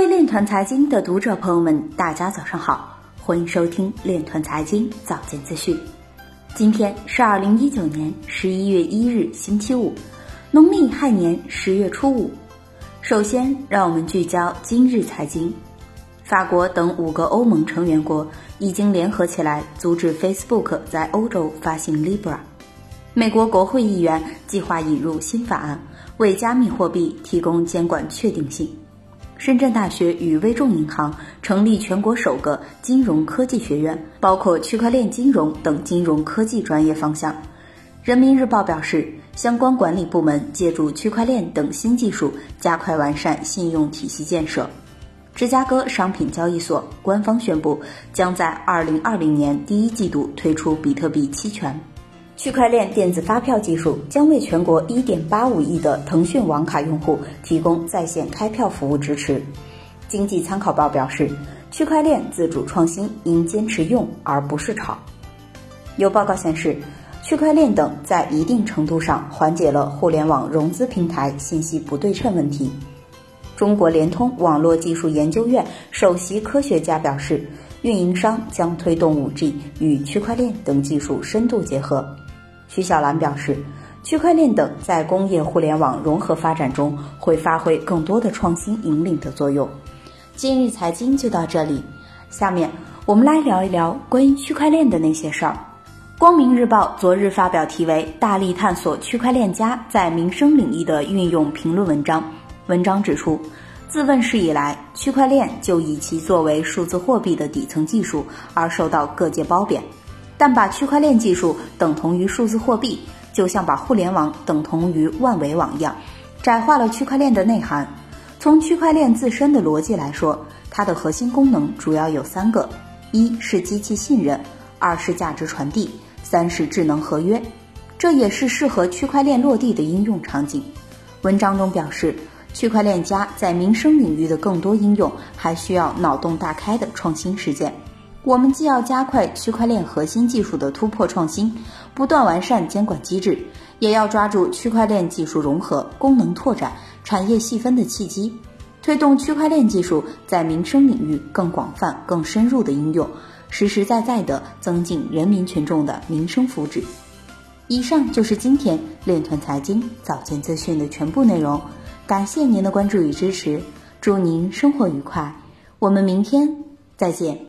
链团财经的读者朋友们，大家早上好，欢迎收听链团财经早间资讯。今天是2019年11月1日星期五，农历亥年10月初五。首先让我们聚焦今日财经。法国等5个欧盟成员国已经联合起来阻止 Facebook 在欧洲发行 Libra。美国国会议员计划引入新法案，为加密货币提供监管确定性。深圳大学与微众银行成立全国首个金融科技学院，包括区块链金融等金融科技专业方向。人民日报表示，相关管理部门借助区块链等新技术，加快完善信用体系建设。芝加哥商品交易所官方宣布，将在2020年第一季度推出比特币期权。区块链电子发票技术将为全国 1.85 亿的腾讯网卡用户提供在线开票服务支持。经济参考报表示，区块链自主创新应坚持用而不是炒。有报告显示，区块链等在一定程度上缓解了互联网融资平台信息不对称问题。中国联通网络技术研究院首席科学家表示，运营商将推动 5G 与区块链等技术深度结合。徐小兰表示，区块链等在工业互联网融合发展中会发挥更多的创新引领的作用。今日财经就到这里，下面我们来聊一聊关于区块链的那些事儿。光明日报昨日发表题为《大力探索区块链加在民生领域的运用》评论文章，文章指出，自问世以来，区块链就以其作为数字货币的底层技术而受到各界褒贬。但把区块链技术等同于数字货币，就像把互联网等同于万维网一样，窄化了区块链的内涵。从区块链自身的逻辑来说，它的核心功能主要有3个：一是机器信任，2是价值传递，3是智能合约。这也是适合区块链落地的应用场景。文章中表示，区块链加在民生领域的更多应用还需要脑洞大开的创新实践。我们既要加快区块链核心技术的突破创新，不断完善监管机制，也要抓住区块链技术融合、功能拓展、产业细分的契机，推动区块链技术在民生领域更广泛、更深入的应用，实实在在地增进人民群众的民生福祉。以上就是今天链团财经早间资讯的全部内容，感谢您的关注与支持，祝您生活愉快，我们明天再见。